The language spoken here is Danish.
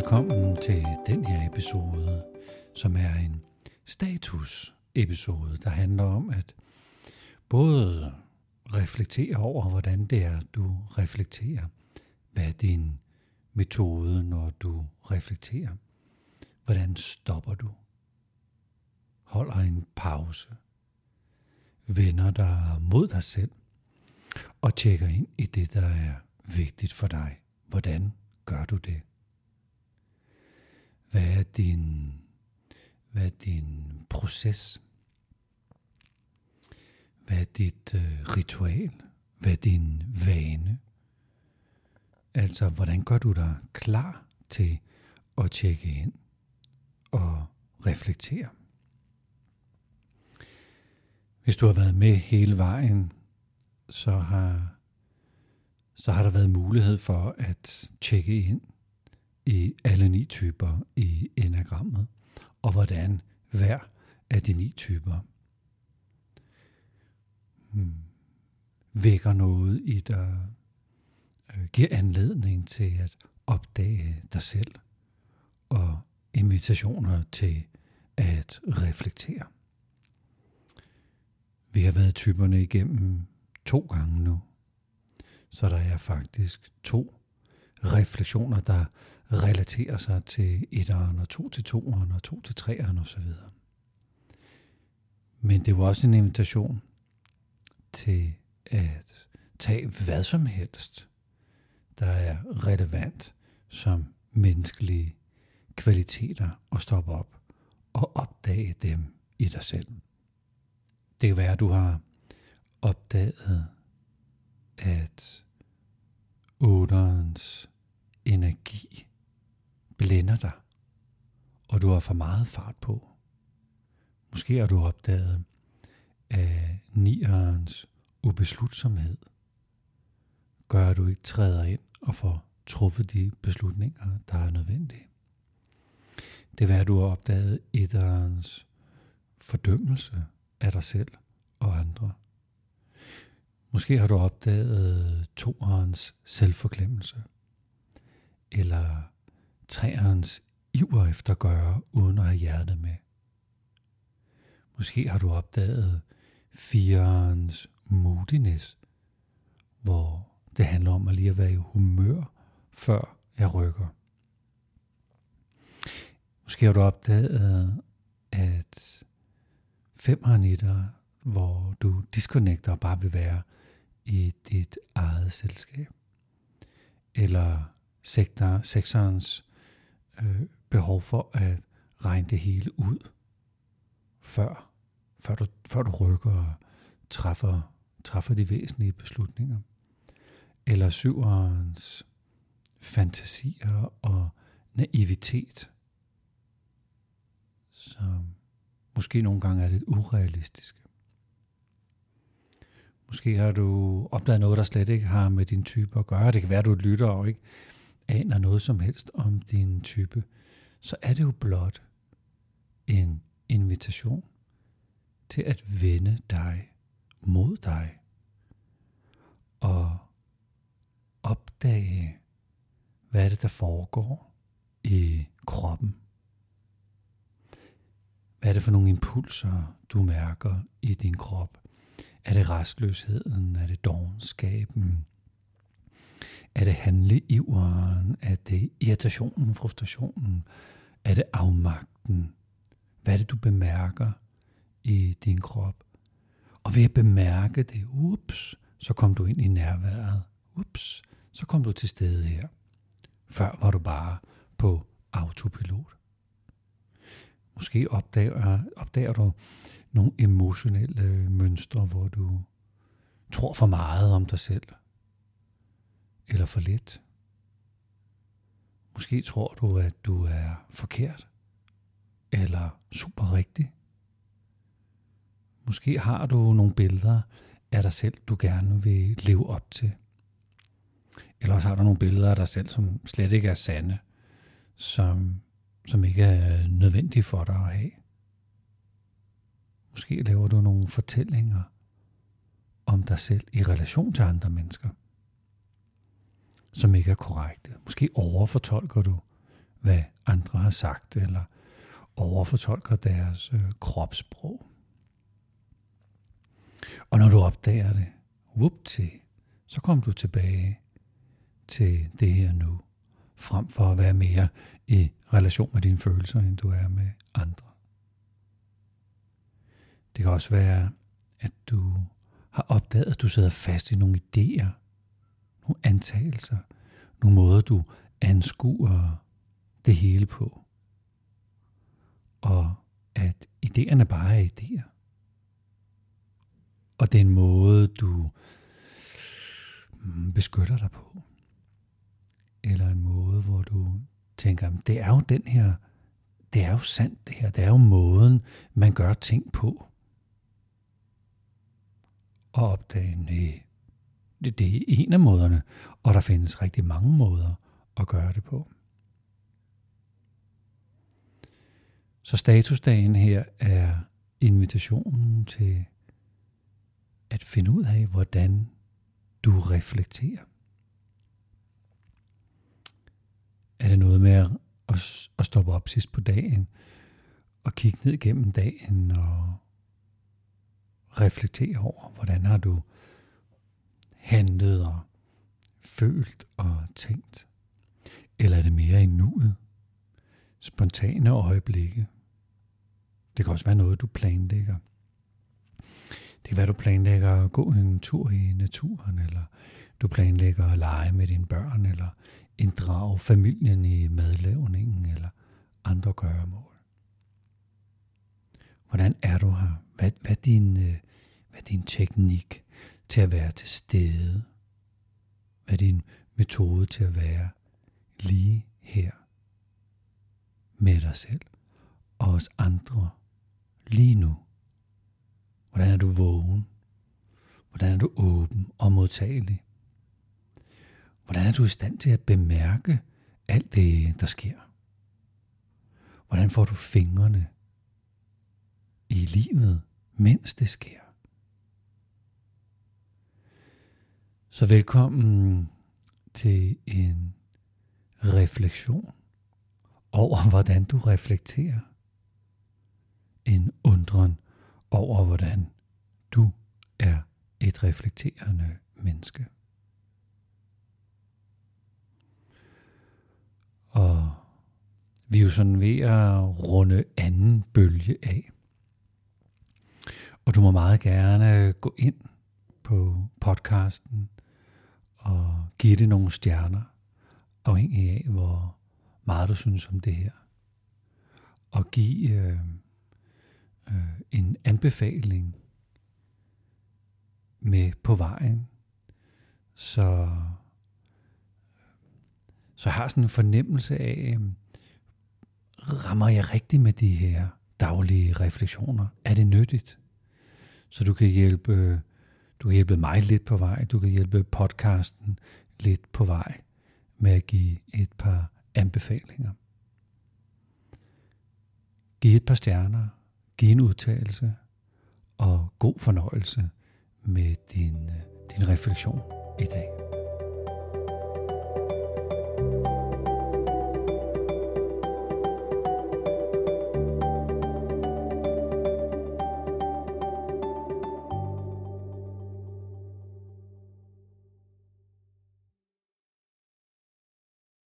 Velkommen til den her episode, som er en status-episode, der handler om at både reflektere over, hvordan det er, du reflekterer. Hvad er din metode, når du reflekterer? Hvordan stopper du? Holder en pause. Vender dig mod dig selv og tjekker ind i det, der er vigtigt for dig. Hvordan gør du det? Hvad er din proces? Hvad er dit ritual? Hvad er din vane? Altså, hvordan gør du dig klar til at tjekke ind og reflektere? Hvis du har været med hele vejen, så har der været mulighed for at tjekke ind i alle 9 typer i enagrammet, og hvordan hver af de 9 typer vækker noget i dig, giver anledning til at opdage dig selv, og invitationer til at reflektere. Vi har været typerne igennem 2 gange nu, så der er faktisk 2 refleksioner, der relaterer sig til 1'eren og 2 til 2'eren og 2 til 3'eren osv. Men det var også en invitation til at tage hvad som helst, der er relevant som menneskelige kvaliteter, og stoppe op og opdage dem i dig selv. Det kan være, at du har opdaget, at 8'erens energi blænder dig, og du har for meget fart på. Måske har du opdaget, at 9'erens ubeslutsomhed gør, at du ikke træder ind og får truffet de beslutninger, der er nødvendige. Det kan være, at du har opdaget 1'erens fordømmelse af dig selv og andre. Måske har du opdaget 2'erens selvforglemmelse, eller 3'erens iver efter at gøre, uden at have hjertet med. Måske har du opdaget 4'erens moodiness, hvor det handler om at lige at være i humør, før jeg rykker. Måske har du opdaget, at 5'eren i dig, hvor du disconnecter og bare vil være i dit eget selskab. Eller 6'erens behov for at regne det hele ud, før du rykker og træffer de væsentlige beslutninger. Eller 7'erens fantasier og naivitet, som måske nogle gange er lidt urealistiske. Måske har du opdaget noget, der slet ikke har med din type at gøre. Det kan være, at du lytter og ikke aner noget som helst om din type. Så er det jo blot en invitation til at vende dig mod dig og opdage, hvad er det, der foregår i kroppen. Hvad er det for nogle impulser, du mærker i din krop? Er det rastløsheden? Er det dovenskaben? Er det handleiveren? Er det irritationen, frustrationen? Er det afmagten? Hvad er det, du bemærker i din krop? Og ved at bemærke det, så kom du ind i nærværet. Så kom du til stede her. Før var du bare på autopilot. Måske opdager du nogle emotionelle mønstre, hvor du tror for meget om dig selv, eller for lidt. Måske tror du, at du er forkert, eller super rigtig. Måske har du nogle billeder af dig selv, du gerne vil leve op til. Eller også har du nogle billeder af dig selv, som slet ikke er sande, som ikke er nødvendige for dig at have. Måske laver du nogle fortællinger om dig selv i relation til andre mennesker, som ikke er korrekte. Måske overfortolker du, hvad andre har sagt, eller overfortolker deres kropssprog. Og når du opdager det, så kom du tilbage til det her nu, frem for at være mere i relation med dine følelser, end du er med andre. Det kan også være, at du har opdaget, at du sidder fast i nogle idéer, nogle antagelser, nogle måder, du anskuer det hele på. Og at idéerne bare er idéer. Og det er en måde, du beskytter dig på. Eller en måde, hvor du tænker, det er jo den her, det er jo sandt det her, det er jo måden, man gør ting på. Og opdage, nej, det er en af måderne, og der findes rigtig mange måder at gøre det på. Så statusdagen her er invitationen til at finde ud af, hvordan du reflekterer. Er det noget med at stoppe op sidst på dagen og kigge ned gennem dagen og reflektere over, hvordan har du handlet og følt og tænkt? Eller er det mere i nuet? Spontane øjeblikke? Det kan også være noget, du planlægger. Det kan være, du planlægger at gå en tur i naturen, eller du planlægger at lege med dine børn, eller inddrage familien i madlavningen, eller andre gøremål. Hvordan er du her? Hvad er din teknik til at være til stede? Hvad er din metode til at være lige her med dig selv og os andre lige nu? Hvordan er du vågen? Hvordan er du åben og modtagelig? Hvordan er du i stand til at bemærke alt det, der sker? Hvordan får du fingrene i livet, mens det sker? Så velkommen til en refleksion over, hvordan du reflekterer. En undren over, hvordan du er et reflekterende menneske. Og vi er jo sådan ved at runde anden bølge af. Og du må meget gerne gå ind på podcasten og give det nogle stjerner, afhængig af, hvor meget du synes om det her. Og give en anbefaling med på vejen, så jeg har sådan en fornemmelse af, rammer jeg rigtigt med de her daglige refleksioner? Er det nyttigt? Så du kan hjælpe mig lidt på vej, du kan hjælpe podcasten lidt på vej med at give et par anbefalinger. Giv et par stjerner, giv en udtalelse og god fornøjelse med din refleksion i dag.